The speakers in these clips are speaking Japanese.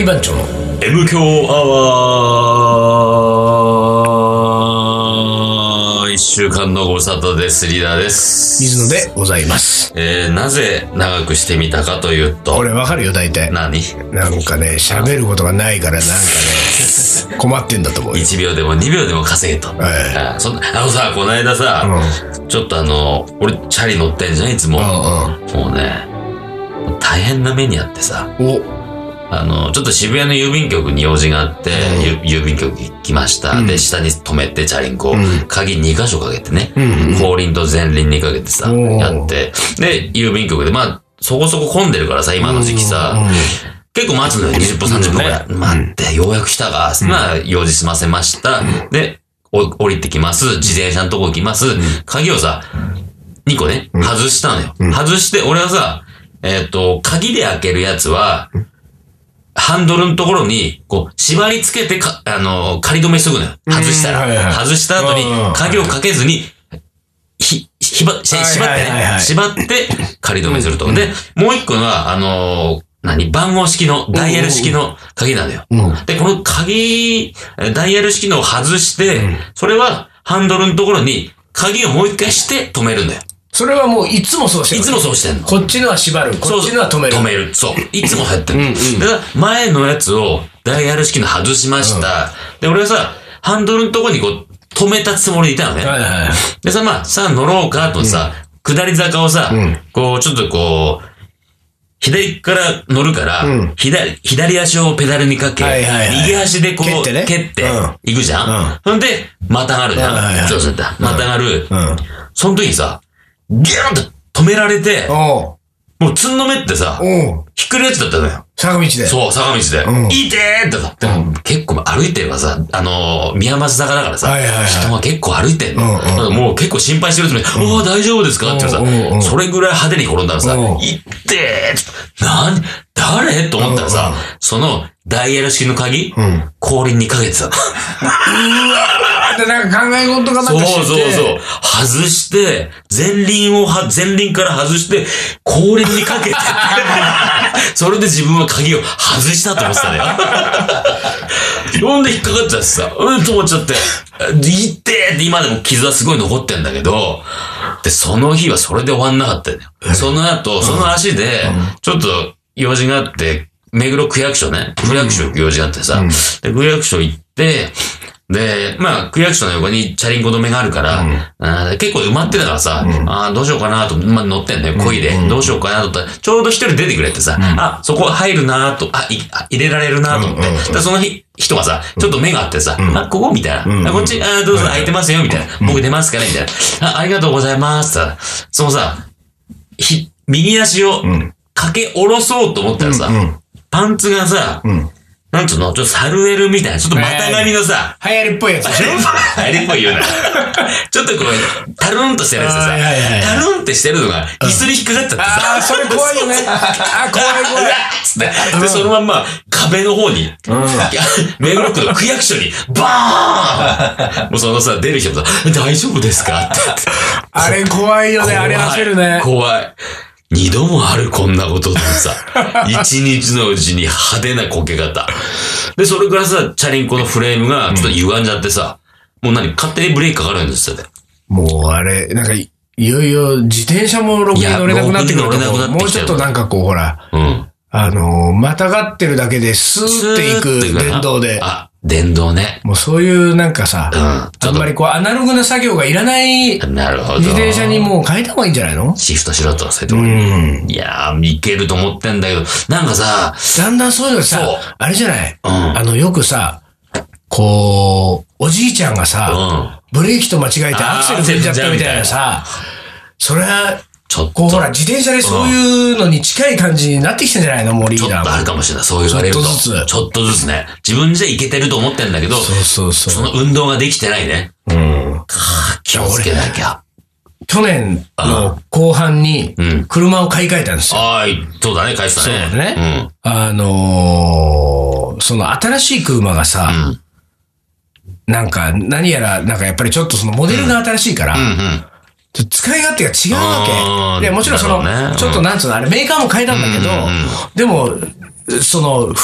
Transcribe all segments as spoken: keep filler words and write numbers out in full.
森番長の M 強アワー一週間のご無沙汰です。リーダーです。 水野でございます。 えー、なぜ長くしてみたかというと、 俺わかるよ大体。 何？ なんかね、喋ることがないからなんかね困ってんだと思うよ。 いちびょうでもにびょうでも稼げと、 えー、あそんあのさ、この間さ、うん、ちょっとあの俺チャリ乗ってんじゃんいつも、うんうん、もうね大変な目にあってさ、おあの、ちょっと渋谷の郵便局に用事があって、うん、郵便局行きました。うん、で、下に止めてチャリンコ、うん、鍵にかしょかけてね、うん、後輪と前輪にかけてさ、やって、で、郵便局で、まあ、そこそこ混んでるからさ、今の時期さ、うん、結構待つのよ、にじゅっぷん、さんじゅっぷんくらい。待って、ようやく来たが、うん、まあ、用事済ませました。うん、で、降りてきます。自転車のとこ行きます。うん、鍵をさ、にこね、外したのよ。うん、外して、俺はさ、えっと、鍵で開けるやつは、ハンドルのところに、こう、縛り付けてか、あの、仮止めしとくのよ。外したら。はいはい、外した後に、鍵をかけずに、ひ、ひば、縛ってね、はいはいはい、縛って、仮止めすると。うん、で、もう一個は、あの、何番号式の、ダイヤル式の鍵なのよ。うん、で、この鍵、ダイヤル式のを外して、うん、それは、ハンドルのところに、鍵をもう一回して止めるんだよ。 それはもういつもそうしてる。 いつもそうしてんの。 こっちのは縛る。こっちのは止める。 止める。そう。いつも入ってる。うんうん、だから前のやつをダイヤル式の外しました。うん、で、俺はさ、ハンドルのとこにこう止めたつもりでいたのね。はいはい、でさ、まあ、さあ乗ろうかとさ、うん、下り坂をさ、うん、こう、ちょっとこう、左から乗るから、うん、左、左足をペダルにかけ、はいはいはい、右足でこう、蹴ってね、蹴って、行くじゃん。そ、うん、んで、またがるじゃん。はいはい、そうそうだ。またがる。うん、その時にさ、ギャーンと止められて、もうつんのめってさ、ひっくりやつだったのよ。 坂道で。 そう、坂道で。いてーってさ、でも結構歩いてればさ、あのー、宮益坂だからさ、はいはいはい、人が結構歩いてんの。うんうん、もう結構心配してるつもりで、おー大丈夫ですかって言うさ、それぐらい派手に転んだらさ、いってーなん、誰と思ったらさ、そのダイヤル式の鍵、うん、後輪にかけてたの。うわーってなんか考え事がなんかしてそうそうそう。外して、前輪をは、前輪から外して、後輪にかけて。それで自分は鍵を外したと思ってたね。ほんで引っかかっちゃってさ、うんと思っちゃって、いってーって今でも傷はすごい残ってんだけど、で、その日はそれで終わんなかったんだよ。その後、その足で、ちょっと用事があって、目黒区役所ね、区役所行く用事があってさ、うん、で、区役所行って、で、まあ、区役所の横にチャリンコ止めがあるから、うん、あ結構埋まってたからさ、うん、あどうしようかなと、まあ、乗ってんのよ、漕いで、うん、どうしようかなと思ったら、ちょうど一人出てくれってさ、うん、あ、そこ入るなと、あ、い入れられるなと思って、うんうんうん、でその日、人がさ、ちょっと目があってさ、うん、あ、ここみたいな、うん、こっち、あ、どうぞ空いてますよ、みたいな、うん、僕出ますから、みたいな、あ、ありがとうございますってさ、そのさ、ひ、右足をかけ下ろそうと思ったらさ、うんうん、パンツがさ、うんなんつうのちょっとサルエルみたいな、ちょっと股上のさ、 流行りっぽいやつでしょ流行りっぽいような。ちょっとこう、タルンとしてるやつでさ、タルンってしてるのが、椅子に引っかかっちゃってさ。 ああ、それ怖いよね。あ怖い怖い。 つって。で、そのまんま、壁の方に、目黒区の区役所に、バーンもうそのさ、出る人もさ、大丈夫ですかって。 あれ怖いよね、あれ焦るね。 怖い。二度もあるこんなことでさ、一日のうちに派手なこけ方。で、それからさ、チャリンコのフレームがちょっと歪んじゃってさ、うん、もう何勝手にブレーキかかるんですよね。 もうあれ、なんかい、いよいよ自転車もろくに乗れなくなってくるとこもうちょっとなんかこうほら、うん、あのー、またがってるだけでスーっていく電動で。 あ電動ね。 もうそういうなんかさ、うん、あんまりこうアナログな作業がいらないなるほど。 自転車にもう変えた方がいいんじゃないの？ シフトしろと、そういうところに。うん、いやー、いけると思ってんだけど、なんかさ、 だんだんそういうのさ、あれじゃない、うん、あの、よくさ、こう、おじいちゃんがさ、うん、ブレーキと間違えてアクセル踏んじゃったみたいなさ、それは、ちょっと。こうほら、自転車でそういうのに近い感じになってきてんじゃないの、もうリーダー。 ちょっとあるかもしれない。そう言われると。ちょっとずつ。ちょっとずつね。自分じゃいけてると思ってんだけど、そうそうそう。その運動ができてないね。うん。気をつけなきゃ。 去年の後半に、車を買い替えたんですよ。 ああ、そうだね、買い替えたね。 そうだね。うん。あのー、その新しい車がさ、うん、なんか、何やら、なんかやっぱりちょっとそのモデルが新しいから、うんうんうん使い勝手が違うわけ。でもちろんその、ね、ちょっとなんつうの、あれメーカーも変えたんだけど、うんうん、でも、その、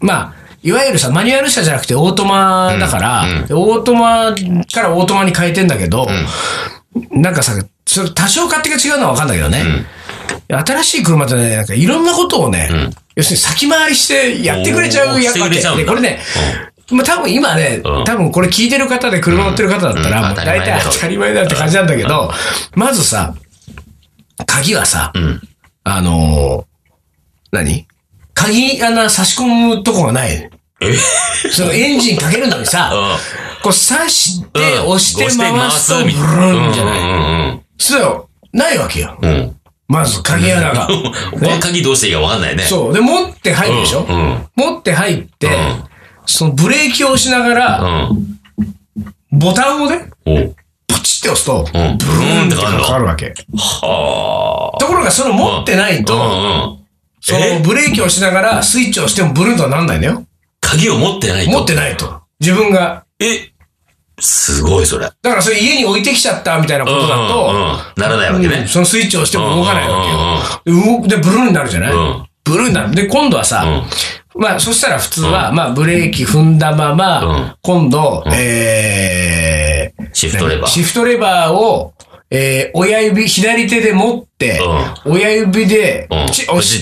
まあ、いわゆるさ、マニュアル車じゃなくてオートマだから、うんうん、オートマからオートマに変えてんだけど、うん、なんかさ、それ多少勝手が違うのはわかんないけどね。うん、新しい車ってね、なんかいろんなことをね、うん、要するに先回りしてやってくれちゃうやつわけで、これね、まあ多分今ね、うん、多分これ聞いてる方で車乗ってる方だったら、もう大体当たり前だって感じなんだけど、まずさ、鍵はさ、うん、あのー、何鍵穴差し込むとこがない。えそのエンジンかけるのにさ、うん、こう刺して押して回すとブルーンじゃない。そう、ないわけよ。うん、まず鍵穴が。 ね、鍵どうしていいか分かんないね。 そう。で、持って入るでしょ、うんうん、持って入って、うん、そのブレーキを押しながら、うん、ボタンをね、ポチって押すと、うん、ブルーンってかかるわけ。はあ。ところがその持ってないと、うんうんうん、そのブレーキを押しながらスイッチを押してもブルーンとはなんないんだよ。 鍵を持ってないと持ってないと。自分が。 えすごいそれ。だからそれ家に置いてきちゃったみたいなことだと、うんうんうん、 ならないわけね、うん。 そのスイッチを押しても動かないわけよ。うんうんうん、で、ブルーになるじゃない、うん、ブルーになる。で、今度はさ、うん、まあ、そしたら普通は、うん、まあ、ブレーキ踏んだまま、うん、今度、うん、えー、 シフトレバー。 シフトレバーを、えー、親指、左手で持って、うん、親指で、 うん、押して、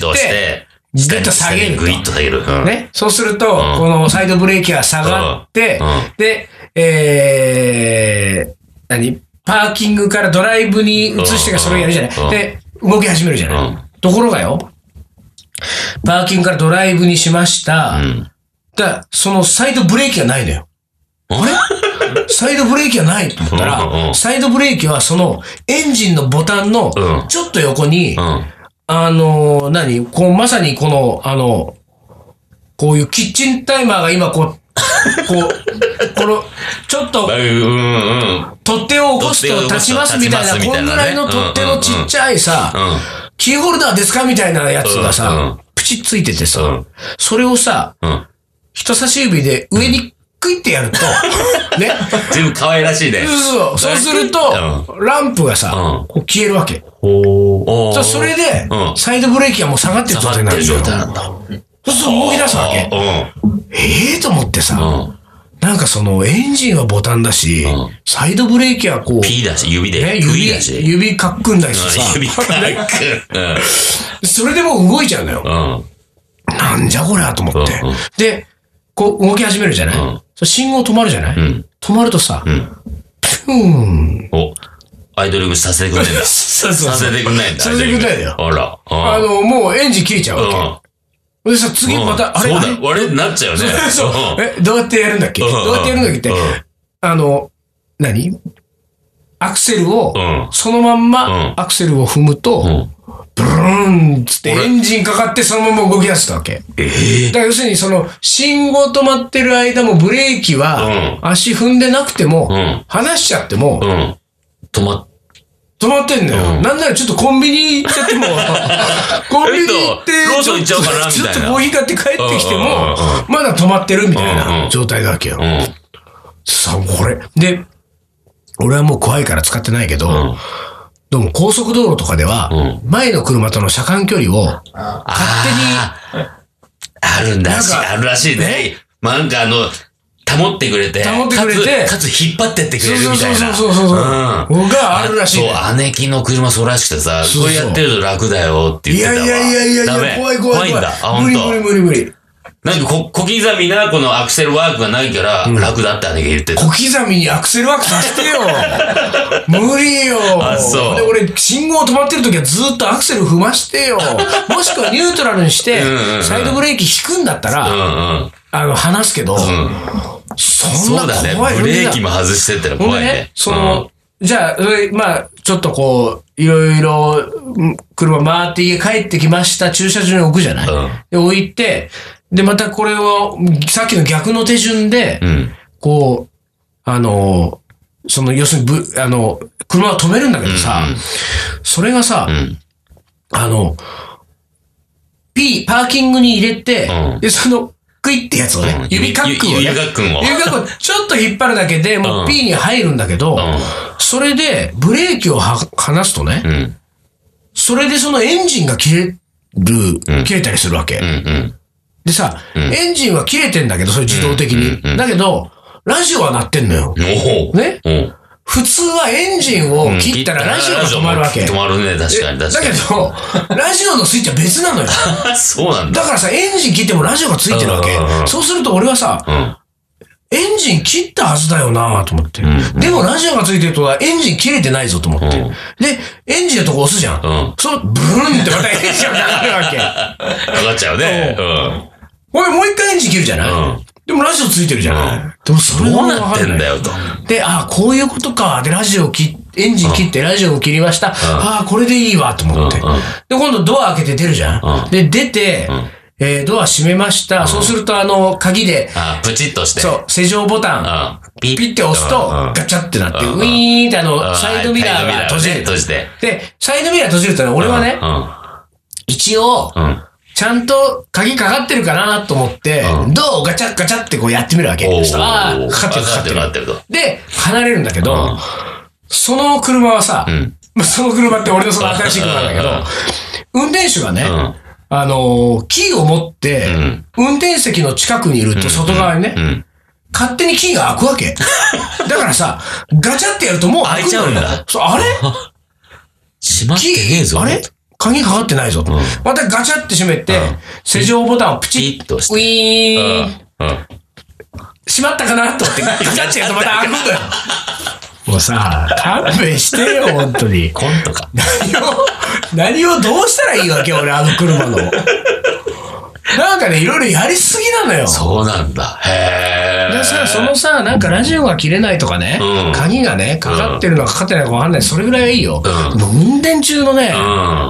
ぐっと下げると。 ぐいっと下げる。うん、 ね。そうすると、うん、このサイドブレーキが下がって、うんうん、で、えー、何パーキングからドライブに移してからそれをやるじゃない、うん、で、動き始めるじゃない、うん、ところがよ、パーキングからドライブにしました。うん、だそのサイドブレーキがないのよ。あれサイドブレーキがないと思ったら、うんうん、サイドブレーキはそのエンジンのボタンのちょっと横に、うんうんあのー、何こう、まさにこの、あの、こういうキッチンタイマーが今こう、こう、この、ちょっと、取っ手を起こすと立ちますみたいな、こんぐらいの取っ手のちっちゃいさ、キーホルダーですかみたいなやつがさ、プチッついててさ、それをさ、人差し指で上にクイってやると、ね。 全部可愛らしいね。 そうそう。そうすると、ランプがさ、こう消えるわけ。おそれで、サイドブレーキがもう下がってる状態になる状態なんだ。そうすると動き出すわけ。ええと思ってさ、なんかそのエンジンはボタンだし、サイドブレーキはこう、 P だし、指で。 指だし。指かっくんだしさ。 指かっくん。それでもう動いちゃうのよ。なんじゃこりゃと思って。で、こう動き始めるじゃない信号止まるじゃない止まるとさ、ピューン。 おアイドリングさせてくんないんだ。 そうそう。 させてくんないんだ。 させてくんないんだよ。 あら。 あの、もうエンジン切れちゃうわけ。でさ、次また、あれそうだ、あれなっちゃうよね。 そう。え、どうやってやるんだっけどうやってやるんだっけって、あの、何アクセルを、そのまんまアクセルを踏むと、ブルーンつってエンジンかかってそのまま動き出したわけ。ええ。だから要するにその信号止まってる間もブレーキは足踏んでなくても、離しちゃっても、 止まっ止まってんだよ。なんならちょっとコンビニ行っちゃっても、コンビニ行って、 ローソン行っちゃうかなみたいな。 ちょっとコーヒー買って帰ってきても、まだ止まってるみたいな状態だわけよ。さあ、これ。で、俺はもう怖いから使ってないけど、でも高速道路とかでは、前の車との車間距離を勝手に、 あるんだし、あるらしいね。なんかあの、保ってくれて、 保ってくれて、 かつ引っ張ってってくれるみたいな。 そうそうそうそう。うん。があるらしい。 そう、姉貴の車そうらしくてさ、これやってると楽だよって言ってたわ。 いやいやいやいやいや、怖い怖い怖い。 怖いんだ。あ、ほんと。 無理無理無理無理。 なんか小刻みなこのアクセルワークがないから楽だって姉貴言ってた。 小刻みにアクセルワークさせてよ。無理よ。 あ、そう。 で、俺、信号止まってる時はずっとアクセル踏ましてよ。もしくはニュートラルにして、サイドブレーキ引くんだったら、あの、離すけど、そんな怖い。そうだね。 ブレーキも外してったら怖いね。 その、じゃあ、まあ、ちょっとこう、いろいろ、車回って家帰ってきました。駐車場に置くじゃない。で、置いて、で、またこれを、さっきの逆の手順で、うん、こう、あの、その、要するにぶ、あの、車を止めるんだけどさ、うんうん、それがさ、うん、あの、P、パーキングに入れて、うん、で、その、クイってやつをね、うん、指カックをね、 指カックを。 指カックをちょっと引っ張るだけで、もう P に入るんだけど、うん、それで、ブレーキをは離すとね、うん、それでそのエンジンが切れる、切れたりするわけ。うんうんでさ、エンジンは切れてんだけど、それ自動的に。だけど、ラジオは鳴ってんのよ。ね。普通はエンジンを切ったらラジオが止まるわけ。 止まるね、確かに確かに。 だけど、ラジオのスイッチは別なのよ。 そうなんだ。 だからさ、エンジン切ってもラジオがついてるわけ。そうすると俺はさ、エンジン切ったはずだよなと思って。でもラジオがついてるとはエンジン切れてないぞと思って。で、エンジンのとこ押すじゃん。そう、ブーンってまたエンジンがかかるわけ。 かかっちゃうね。 ほんでもう一回エンジン切るじゃないでもラジオついてるじゃない、うん、でもそれどうなってんだよと。 で、ああ、こういうことか。で、ラジオ切エンジン切ってラジオを切りました。うん、ああ、これでいいわ、と思って。うん、で、今度ドア開けて出るじゃん。うん、で、出て、うんえー、ドア閉めました。うん、そうすると、あの、鍵で、 あプチッとして。 そう、施錠ボタン、うん、ピッて押すと、ガチャってなって、ウィーンってあの、サイドミラーが閉じる。 閉じて。 で、サイドミラー閉じるとね、俺はね、うん、一応、うんちゃんと鍵かかってるかなと思って、うん、ドアをガチャガチャってこうやってみるわけ。ああ、かかってるかかってる。かかってるで、離れるんだけど、うん、その車はさ、うん、その車って俺のその新しい車なんだけど、運転手がね、うん、あのー、キーを持って、うん、運転席の近くにいると外側にね、うんうん、勝手にキーが開くわけ。だからさ、ガチャってやるともう開くんだよ。 開いちゃうんだ。 そう、あれ閉まってねえぞ。 あれ鍵かかってないぞと。うん、またガチャって閉めて、うん、施錠ボタンをプチッとして、ウィーン、うんうん、閉まったかなと思って、ガチャってやるとまた開くんだよ。もうさ、勘弁してよ、本当に。 コントか。 何を、何をどうしたらいいわけ俺、あの車の。なんかね、いろいろやりすぎなのよ。 そうなんだ。へー。 でさ、そのさ、なんかラジオが切れないとかね、うん、鍵がね、かかってるのかかってないのかわかんない。それぐらいはいいよ。うん、もう運転中のね、うん、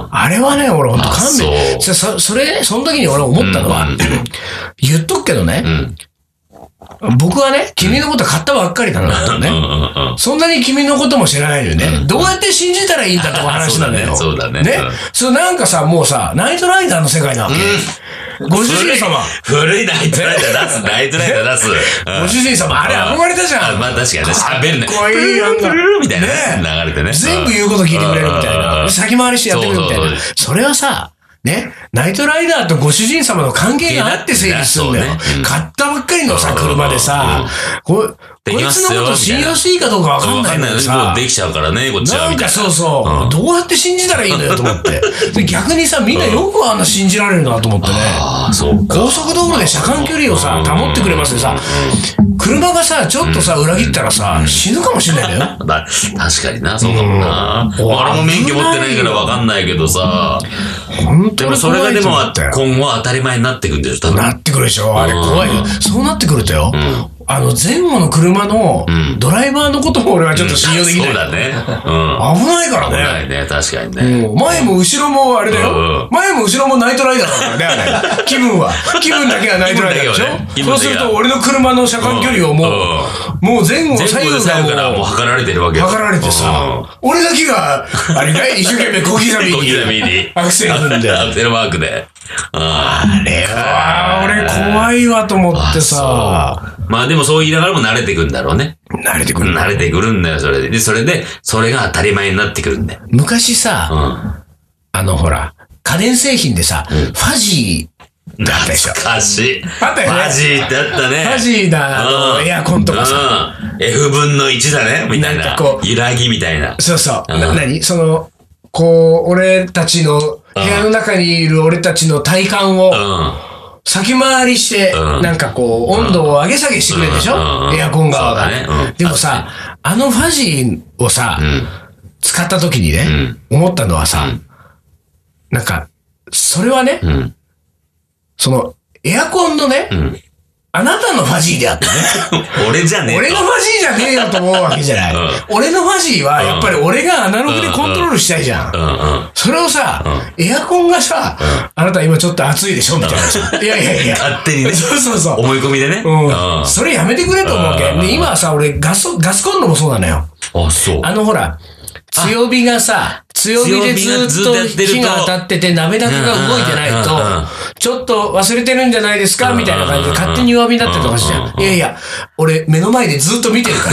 あれはね、俺ほんと勘弁。そそそれね、その時に俺思ったのは、うん、言っとくけどね、うん僕はね、君のこと買ったばっかりだな、ね。そんなに君のことも知らないよね。どうやって信じたらいいんだって話なんだよ。 そうだね。 ね。そう、なんかさ、もうさ、ナイトライダーの世界なわけ。ご主人様。 古いナイトライダー出す、ナイトライダー出す。 ご主人様、あれ憧れたじゃん。 まあ確かにね、喋るね。 かっこいいやんか。 みたいな。流れてね。 全部言うこと聞いてくれるみたいな。先回りしてやってくるみたいな。それはさ、ね、ナイトライダーとご主人様の関係があって成立するんだよ。ねうん、買ったばっかりのさ、車でさ、こ、こいつのこと信用していいかどうかわかんないのにさ。 できちゃうからね、こっちは。 なんかそうそう、うん、どうやって信じたらいいのよと思って。で逆にさ、みんなよくあんな信じられるなと思ってね。 ああ、そうか。 高速道路で車間距離をさ、保ってくれますでさ、車がさ、ちょっとさ、裏切ったらさ、死ぬかもしれないんだよ。 だ確かにな、そうかもな。俺も免許持ってないからわかんないけどさ。 本当にでもそれがでも今後は当たり前になってくるんでしょ、多分。 なってくるでしょ。あれ怖いよ。そうなってくるとよ。あの、前後の車のドライバーのことも俺はちょっと信用できない。 そうだね。 危ないからね。 危ないね、確かにね。 前も後ろもあれだよ。前も後ろもナイトライダーだからね、あれ。気分は。気分だけはナイトライダーでしょ。そうすると俺の車の車間距離をもう、もう前後左右がもう測られてるわけよ。 測られてさ、俺だけが、あれかい一生懸命小刻みにアクセル踏んで。 アクセルマークで。 あれは、俺怖いわと思ってさ。 まあでもそう言いながらも慣れてくんだろうね。 慣れてくる。 慣れてくるんだよ、それで。で、それで、それが当たり前になってくるんだよ。 昔さ、うん、あのほら、家電製品でさ、うん、ファジーだったでしょ。 懐かしい。 あったよね。 ファジーってあったね。 ファジーだ、あの、エアコンとかさ。 うん、F 分のいちだね、みたいな。なんかこう、揺らぎみたいな。 そうそう。うん、な、なにその、こう、俺たちの、部屋の中にいる俺たちの体感を、先回りして、なんかこう、温度を上げ下げしてくれるでしょ、エアコン側が。でもさ、あのファジーをさ、使った時にね、思ったのはさ、なんか、それはね、その、エアコンのね、あなたのファジーであってね。 俺じゃねえ。 俺のファジーじゃねえよと思うわけじゃない。うん、俺のファジーは、やっぱり俺がアナログでコントロールしたいじゃん。うんうん、それをさ、うん、エアコンがさ、うん、あなた今ちょっと暑いでしょみたいなさ。いやいやいや。 勝手にね。 そうそうそう。 思い込みでね。 うん。うん、それやめてくれと思うわけ。で、今はさ、俺ガス、ガスコンロもそうなのよ。 あ、そう。 あのほら、強火がさ、強火でずっと火が当たってて鍋だけが動いてないと、 ちょっと忘れてるんじゃないですかみたいな感じで勝手に弱火になってるとかしちゃう。いやいや、俺目の前でずっと見てるから。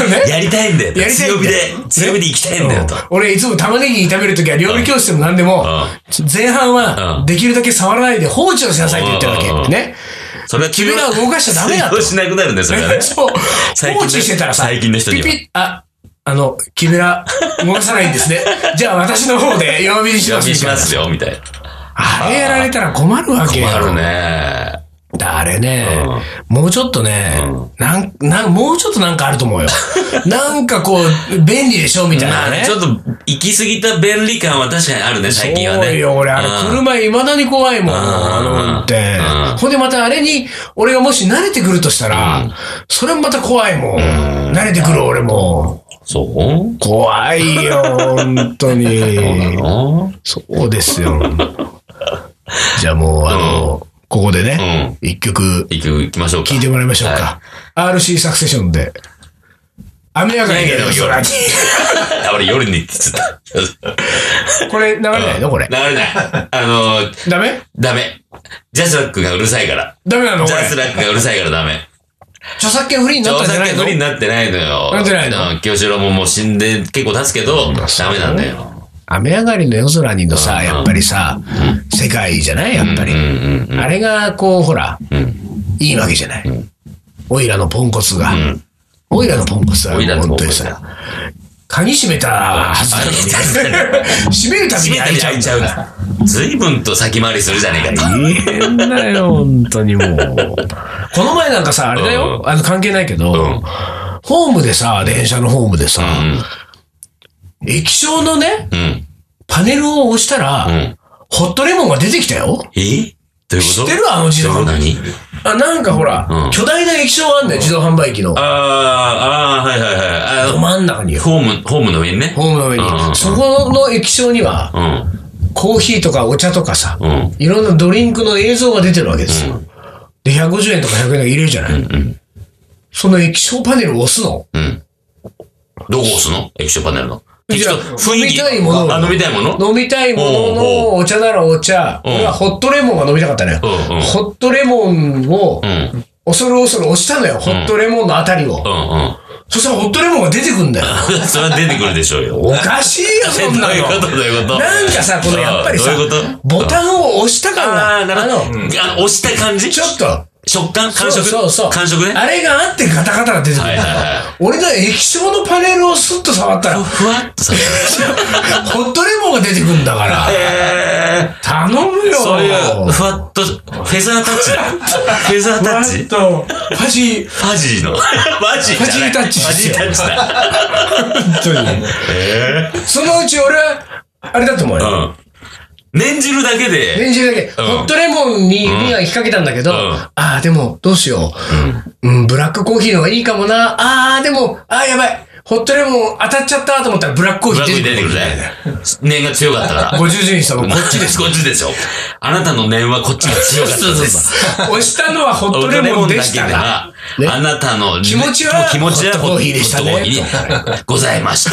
ね、やりたいんだよ。やりたい強火で、強火で行きたいんだよと。 俺いつも玉ねぎ炒めるときは料理教室でも何でも、前半はできるだけ触らないで放置をしなさいって言ってるわけ。ね。 それは木べらを動かしちゃダメだと。 しなくなるんですよね。 そう。放置してたらさ、 最近の人には。 ピピッ、あ、あの、木べら動かさないんですね。じゃあ私の方で弱火にします。 弱火にしますよ、みたいな。 あれやられたら困るわけよ。 困るね。 あれね、うん、もうちょっとね、うん、なん、なん、もうちょっとなんかあると思うよ。なんかこう、便利でしょみたいなね。 ちょっと、行き過ぎた便利感は確かにあるね、最近はね。 そうよ、俺、あれ、車未だに怖いもん、あの運転。ほんでまたあれに、俺がもし慣れてくるとしたら、うん、それもまた怖いもん。うん、慣れてくる俺も。 そう怖いよ、本当に。そうですよ。じゃあもう、あの、うんここでね、一、うん、曲、 一曲行きましょうか。 聴いてもらいましょうか。はい、アールシー サクセションで、雨上がりの空に。 俺夜にって言ってた。これ流れないのこれ。 流れない。あのー、 ダメダメ。ジャスラックがうるさいから。 ダメなのジャスラックがうるさいからダメ。 著作権フリーになったんじゃないの？ 著作権フリーになってないのよ。 なってないの？ 清志郎ももう死んで結構経つけど、ダメなんだよ。 雨上がりの夜空にのさ、やっぱりさ、うん、世界じゃないやっぱり、うんうんうん。あれがこう、ほら、うん、いいわけじゃない。うん、オイラのポンコツが。うん、オイラのポンコツが、本当にさ、鍵閉めたはずなのに。閉めるたびに開いちゃうんだから。 随分と先回りするじゃねえかと。 大変だよ、本当にもう。この前なんかさ、あれだよ、うん、あの関係ないけど、うん、ホームでさ、電車のホームでさ、うん液晶のね、うん、パネルを押したら、うん、ホットレモンが出てきたよ。 えどういうこと知ってるあの自動販売機。あ、なんかほら、うん、巨大な液晶があんだよ、自動販売機の。 ああ、ああ、はいはいはい。 ど真ん中に。 ホーム、ホームの上にね。 ホームの上に。うん、そこの液晶には、うん、コーヒーとかお茶とかさ、うん、いろんなドリンクの映像が出てるわけですよ。うん、で、ひゃくごじゅうえんとかひゃくえんとか入れるじゃない。うんうん、その液晶パネルを押すの。うん、 どこ押すの液晶パネルの。 じゃあ、飲みたいもの。 あ、飲みたいもの飲みたいもののお茶ならお茶。俺はホットレモンが飲みたかったのよ。うんうん、ホットレモンを、恐る恐る押したのよ。ホットレモンのあたりを。うんうん、そしたらホットレモンが出てくんだよ。 それは出てくるでしょうよ。 おかしいよ、そんなの。 どういうことどういうことなんかさ、このやっぱりさ、 どういうことボタンを押した感が。 あ、なるほど。あの、押した感じちょっと。 食感感触そうそう感触ね。 あれがあってガタガタが出てくる。はいはいはい、俺の液晶のパネルをスッと触ったら、 ふわっと触ったら、ホットレモンが出てくるんだから。えー、頼むよ。 そういう、ふわっと、フェザータッチだ。フェザータッチふわっと、ファジー。 ファジーの。ファジーファジータッチ。 ファジータッチだ。 本当に。えー、そのうち俺は、あれだと思うよ。うん念じるだけで。 念じるだけ。うん、ホットレモンに指が引っ掛けたんだけど、うん、ああ、でも、どうしよう、うん。うん、ブラックコーヒーの方がいいかもな。ああ、でも、ああ、やばい。ホットレモン当たっちゃったと思ったらブラックコーヒー出てくる。 ブラックコーヒー出てくるね。念が強かったから。 ご主人様、こっちです。 こっちでしょ。あなたの念はこっちが強かったです。 押したのはホットレモンでしたが、 ね、あなたの気持ちは気持ちはホットコーヒーでしたね。ホットコーヒーでございました。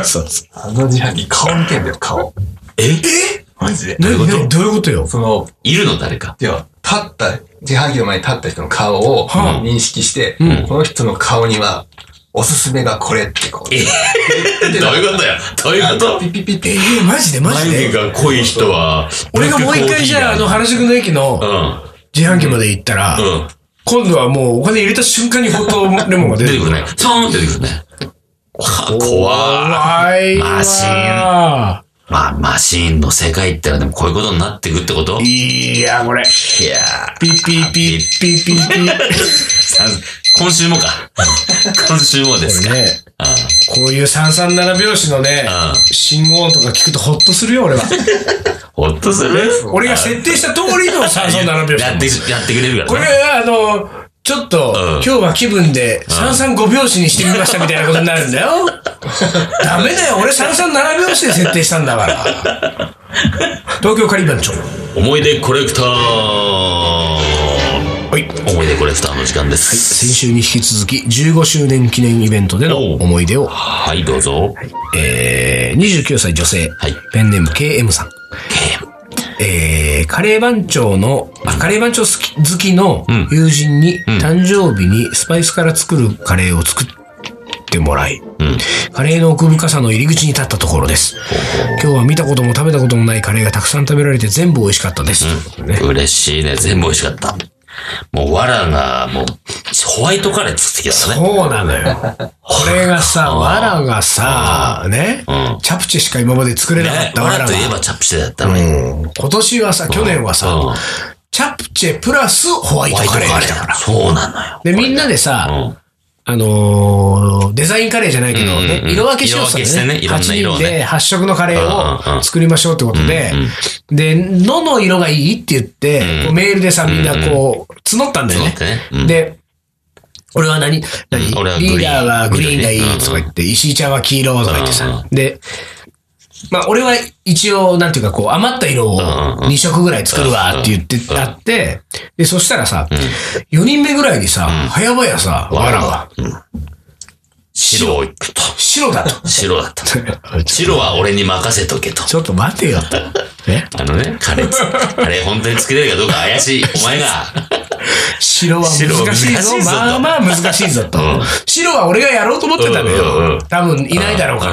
そうそう。あの自販機顔見てんだよ、顔。 ええマジで。 どういうことどういうことよその、いるの誰か。 いや、立った、自販機の前に立った人の顔を認識して、うん、この人の顔には、おすすめがこれってこう。 えー、どういうことよどういうことピピピピ。えー、マジでマジで眉毛が濃い人は、 俺がもう一回じゃあ、あの、原宿の駅の自販機まで行ったら、うんうん、今度はもうお金入れた瞬間にホットレモンが出てくる。 出てくるね。ソーンって出てくるね。怖い。 怖い。 マシーン。まあ、マシーンの世界ってのはでもこういうことになっていくってこといや、これ。いやピッピッピッピッピッピッ。 今週もか。今週もですか。 これね、ああこういうさんさんなな拍子のね、ああ信号音とか聞くとホッとするよ、俺は。 ホッとする俺が設定した通りのさんさんなな拍子。 やって、やってくれるからね。 これは、あの、ちょっと、うん、今日は気分でさんさんご拍子にしてみましたみたいなことになるんだよ。ダメだよ、俺さんさんなな拍子で設定したんだから。東京カリバン町。 思い出コレクター。はい。思い出コレクターの時間です。はい。 先週に引き続きじゅうごしゅうねん記念イベントでの思い出を。 はい、どうぞ。はい、 えー、にじゅうきゅうさい女性。はい。ペンネーム ケーエム さん。 ケーエム。 ええー、カレー番長の、あ、カレー番長好き好きの友人に、うん、誕生日にスパイスから作るカレーを作ってもらい、うん、カレーの奥深さの入り口に立ったところです。今日は見たことも食べたこともないカレーがたくさん食べられて全部美味しかったです。 うんね、嬉しいね。全部美味しかった。もう、わらが、もう、ホワイトカレー作ってきたね。 そうなのよ。これがさ、わらがさ、ね、うん、チャプチェしか今まで作れなかったわらが。 わらといえばチャプチェだったのに。 うん、今年はさ、去年はさ、うん、チャプチェプラスホワイトカレーが来たから。 そうなのよ。 で、みんなでさ、うんあのー、デザインカレーじゃないけどね、うんうんうん、色分けしようとしたね。はちにんではち色のカレーを作りましょうってことで、うんうん、で、のの色がいいって言って、うん、メールでさ、みんなこう、募ったんだよね。ねうん、で、俺は何何、うん、はリーダーはグリーンがいいとか言って、石井ちゃんは黄色とか言ってさ。で、まあ、俺は一応、なんていうか、こう、余った色をに色ぐらい作るわって言ってあって、で、そしたらさ、よにんめぐらいにさ、早々さ、わらが、 白を行くと。 白だと。 白だと。白は俺に任せとけと。 ちょっと待てよと。 えあのね、カレー、カレー本当に作れるかどうか怪しい、お前が。 白は難しいぞ。まあまあ難しいぞと。白は俺がやろうと思ってたんだよ。多分いないだろうから。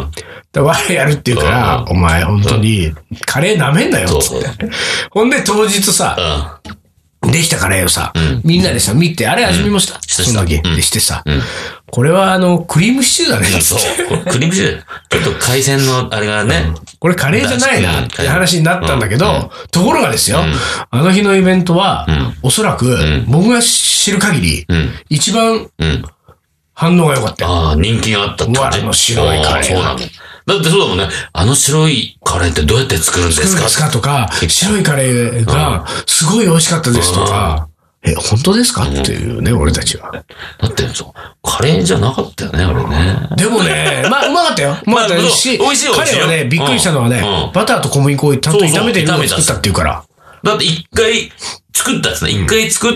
だわらやるって言うから、お前本当に、カレー舐めんなよ、つって。ほんで当日さ、できたカレーをさ、みんなでさ、見て、あれ味見ました。その時。でしてさ、これはあの、クリームシチューだね。 そう。クリームシチュー。ちょっと海鮮のあれがね。 これカレーじゃないなって話になったんだけど、ところがですよ、あの日のイベントは、おそらく、僕が知る限り、一番、反応が良かったよ。 ああ、人気があったってわらの白いカレー。 そうなの。だってそうだもんね。あの白いカレーってどうやって作るんですか作るんですかとか、白いカレーがすごい美味しかったですとか、え、本当ですかっていうね、俺たちは。 だってそう、カレーじゃなかったよね、あれね。 でもね、まあ、うまかったよ。うまかったし、 美味しいよ。 彼はね、びっくりしたのはね、バターと小麦粉をちゃんと炒めてるのを作ったっていうから。 だって一回作ったんですね。一回作って、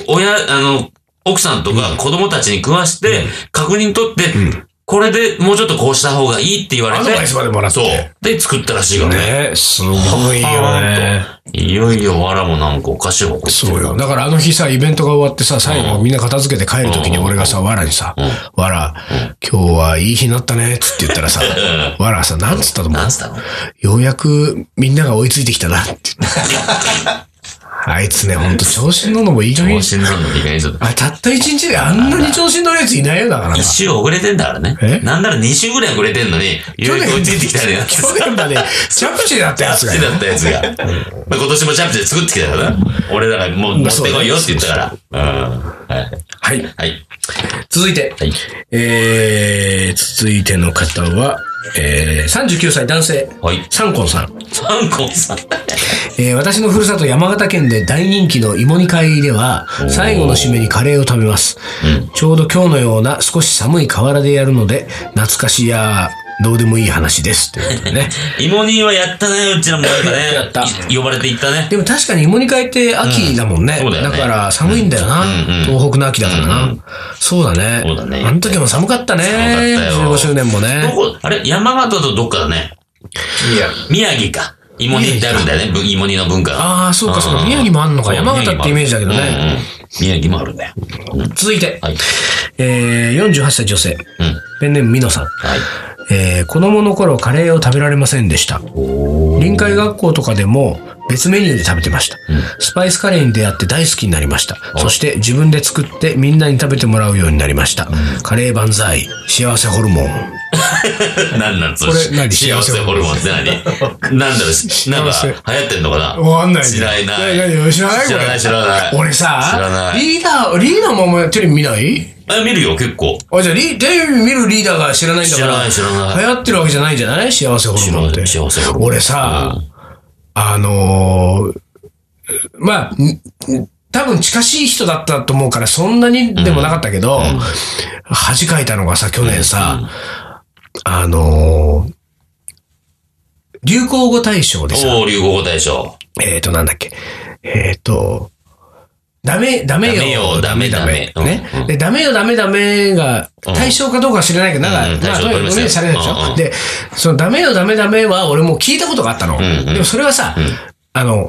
親、あの、奥さんとか子供たちに食わして、確認取って、これでもうちょっとこうした方がいいって言われて。 アドバイスまでもらって。 そう。で、作ったらしいよね。 ねすごいよね。 いよいよわらもなんかお菓子を送ってる。 そうよ。だからあの日さ、イベントが終わってさ、最後みんな片付けて帰るときに俺がさ、わらにさ、わら、今日はいい日になったね、つって言ったらさ、わらさ、なんつったと思う？ なんつったの？ ようやくみんなが追いついてきたなって。あいつね、ほんと調子に乗るのもいい加減。 調子に乗るのもいい加減ちょっと。 あ、たった一日であんなに調子に乗るやついないよだからな。 一周遅れてんだからね。えなんなら二週ぐらい遅れてんのに、ようやく追いついてきたね。 去年まで、チャプチェだったやつが。 チャプチェだったやつが。まあ今年もチャプチェ作ってきたからな。俺らがもう持ってこいよって言ったから。うん。はい。 はい。 はい。 続いて。はい。えー、続いての方は、えー、さんじゅうきゅうさい男性。はい。サンコンさん。 サンコンさん。 えー、私のふるさと山形県で大人気の芋煮会では、最後の締めにカレーを食べます。うん、ちょうど今日のような少し寒い河原でやるので、懐かしや、どうでもいい話です。ということでね。 芋煮はやったね、うちらもなんかね。やった。呼ばれていったね。 でも確かに芋煮会って秋だもんね。うん、そうだよね。だから寒いんだよな。うんうん、東北の秋だからな。うんうん、そうだね。そうだね。あの時も寒かったね。寒かったよ。じゅうごしゅうねんもね。 どこ、あれ山形とどっかだね。宮城。宮城か。芋煮ってあるんだよね。芋煮の文化が。 ああ、そうかそうか。宮城もあんのか。山形ってイメージだけどね。 うんうん、宮城もあるね。 うん、続いて。はい、えー、よんじゅうはっさい女性。うん、ペンネームミノさん。はい。えー、子供の頃カレーを食べられませんでした。臨海学校とかでも別メニューで食べてました。うん、スパイスカレーに出会って大好きになりました。そして自分で作ってみんなに食べてもらうようになりました。うん、カレー万歳、幸せホルモン。 何なんそれ。 これ何幸せホルモンって何なんだろう、なんか流行ってんのかなわかんない。 知らない。 知らない知らない知らない。 俺さ、 知らない。 リーダー、リーダーもお前テレビ見ない？ え、見るよ、結構。 あ、じゃあ、テレビ見るリーダーが知らないんだから。 知らない、知らない。 流行ってるわけじゃないんじゃない幸せホルモンって。 幸せホルモン。 俺さ、うん、あのー、まあ、多分近しい人だったと思うからそんなにでもなかったけど、うんうん、恥かいたのがさ、去年さ、うん、あのー、流行語大賞でさ。 おー、流行語大賞。 えーと、なんだっけ。えーと、ダメ、ダメよ、ダメダメ。ね。で、ダメよ、ダメダメが対象かどうか知らないけど、なんか、まあ、とにかくね、されないでしょ。で、そのダメよ、ダメダメは俺も聞いたことがあったの。でもそれはさ、あの、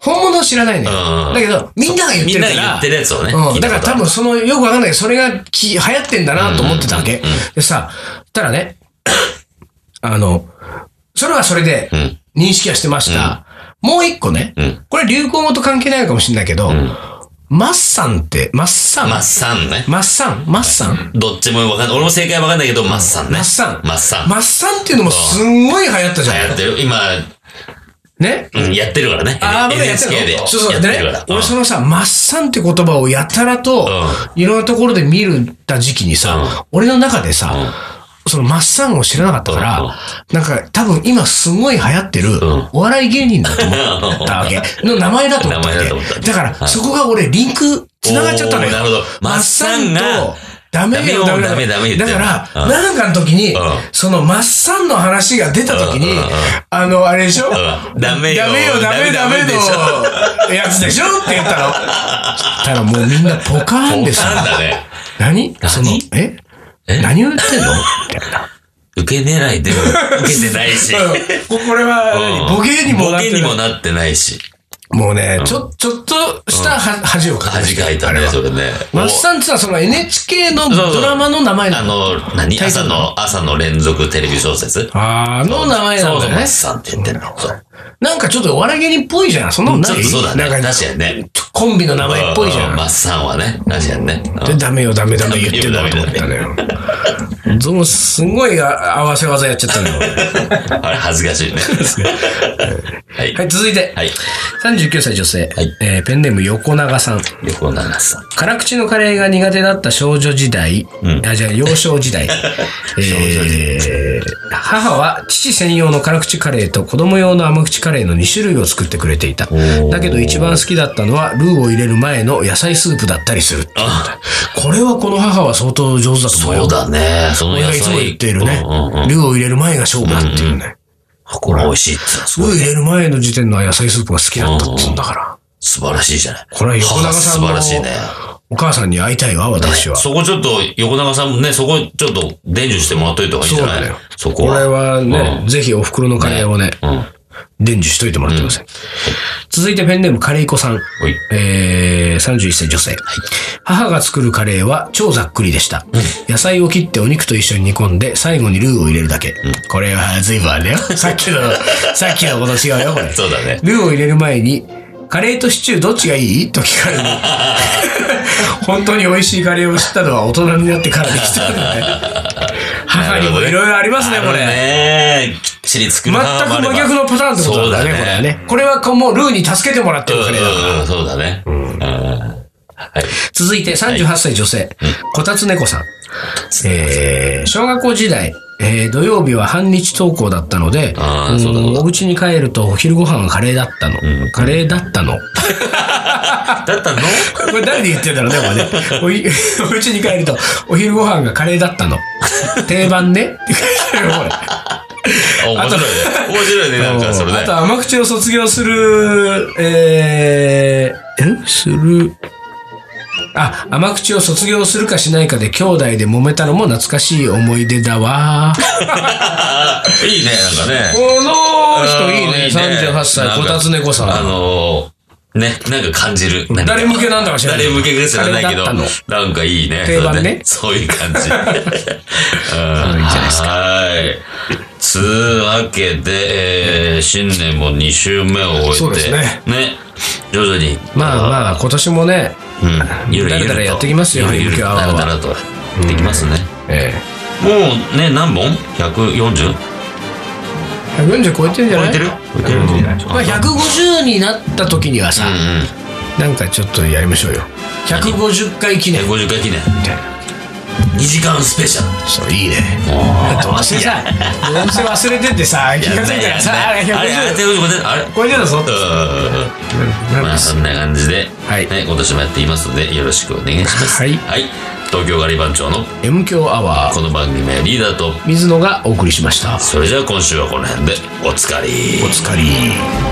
本物は知らないね。だけど、みんなが言ってるから。みんなが言ってるやつをね。 うん。だから多分その、よくわかんないけど、それがき流行ってんだなと思ってたわけ。でさ、たらね、あの、それはそれで、認識はしてました。もう一個ね、これ流行語と関係ないかもしれないけど、マッサンって、マッサンマッサンね。 マッサンマッサンどっちもわかんない。俺も正解わかんないけど、マッサンね。 マッサン。 マッサン。 マッサンっていうのもすんごい流行ったじゃん。 流行ってる。今、 ね、 うん、やってるからね。 ああ、まだやってるの？そうそう。でね、俺そのさ、マッサンって言葉をやたらと、いろんなところで見るた時期にさ、俺の中でさ、そのマッサンを知らなかったから、なんか多分今すごい流行ってるお笑い芸人だと思ったわけ。の名前だと思ったわけ。だからそこが俺リンク繋がっちゃったのよ。 なるほど。 マッサンと、ダメよ、ダメダメダメ。だから、なんかの時に、そのマッサンの話が出た時に、あの、あれでしょダメよ、 ダメよ、ダメダメのやつでしょって言ったの。たらもうみんなポカーンでさ。何その、え何を言ってんのみたいな。 受け狙いでも受けてないし。 これは、ボケにもなってない。 ボケにもなってないし。 もうね、ちょ、ちょっとした恥をかいた。 恥かいたね、それね。 マッサンってさ、その エヌエイチケー のドラマの名前なの。 あの、何朝の、朝の連続テレビ小説あの名前なんだね。 マッサンって言ってんの。 なんかちょっとお笑い芸人っぽいじゃん。そんなのない？ そうだね。確かにね。 コンビの名前っぽいじゃん。 マッサンはね。確かにね。 で、ダメよ、ダメダメ言ってんだと思ったのよ。そのすごい合わせ技やっちゃったのよ。 あれ、恥ずかしいね。 はい。はい、続いて。 はい。 さんじゅうきゅうさい女性。はい。えー、ペンネーム横長さん。 横長さん。 辛口のカレーが苦手だった少女時代。うん。あ、じゃあ、幼少時代。えー、母は父専用の辛口カレーと子供用の甘口カレーのに種類を作ってくれていた。だけど一番好きだったのはルーを入れる前の野菜スープだったりする。これはこの母は相当上手だと思うよ。 そうだね。その野菜。 俺がいつも言っているね。ルーを入れる前が勝負だっていうね。 これ美味しいってルー入れる前の時点の野菜スープが好きだったって言うんだから。 素晴らしいじゃない。 これは横長さんの。素晴らしいね。お母さんに会いたいわ、私は。 そこちょっと、横長さんもね、そこちょっと伝授してもらっといた方がいいんじゃない？そうだよ。そこは。 これはね、ぜひお袋のカレーをね、伝授しといてもらってください。続いてペンネームカレイコさん。えー、さんじゅういっさい女性。母が作るカレーは超ざっくりでした。野菜を切ってお肉と一緒に煮込んで、最後にルーを入れるだけ。これは随分あれだよ。さっきの、さっきのこと違うよ、これ。 そうだね。 ルーを入れる前に、カレーとシチューどっちがいいと聞かれる。本当に美味しいカレーを知ったのは大人になってからでしたね。母にもいろいろありますね、これ。 ねきっちり作る全く真逆のパターンってことだね、これはね。これはもうルーに助けてもらってるカレーだから。 そうだね。 はい、続いてさんじゅうはっさい女性、こたつ猫さん。えー、小学校時代、えー、土曜日は半日登校だったので、お家に帰るとお昼ご飯はカレーだったの。うん、カレーだったの。 だったのこれ誰で言ってんだろうね、これね。お, お家に帰るとお昼ご飯がカレーだったの。定番ねって書いてあるよ、これ。 面白いね。面白いね、なんかそれね。 あと甘口を卒業する、えー、えする、あ、甘口を卒業するかしないかで兄弟で揉めたのも懐かしい思い出だわ。 いいね、なんかね。 この人いいね。さんじゅうはっさい、こたつ猫さん。 あのー、ね、なんか感じる。 誰向けなんだか知らない。 誰向けか知らないけど、なんかいいね。 定番ね。 そういう感じ。いいじゃないですか。はい。つうわけで、えー、新年もに週目を終えて、 そうですね。 ね、徐々に。 まあまあ、今年もね、 うん、ゆるゆると。 だらだらやってきますよ、 ゆるゆると。だらだらとやってきますね。 ええ。もうね、何本 ?ひゃくよんじゅう? ひゃくよんじゅう超えてんじゃない？ 超えてる？超えてるんじゃない？ まあひゃくごじゅうになった時にはさ、なんかちょっとやりましょうよ。ひゃくごじゅっかい記念。 ひゃくごじゅっかい記念。みたいな。にじかんスペシャル。 そう、いいね。どうせさ、どうせ忘れてってさ、気がついたらさ、あれ、ひゃくごじゅう。あれ、これだぞ。 まあ、そんな感じで、ね、今年もやっていますので、よろしくお願いします。はい。はい。東京ガリ番長の M 強アワー。 この番組はリーダーと水野がお送りしました。 それじゃあ今週はこの辺で、おつかり。 おつかり。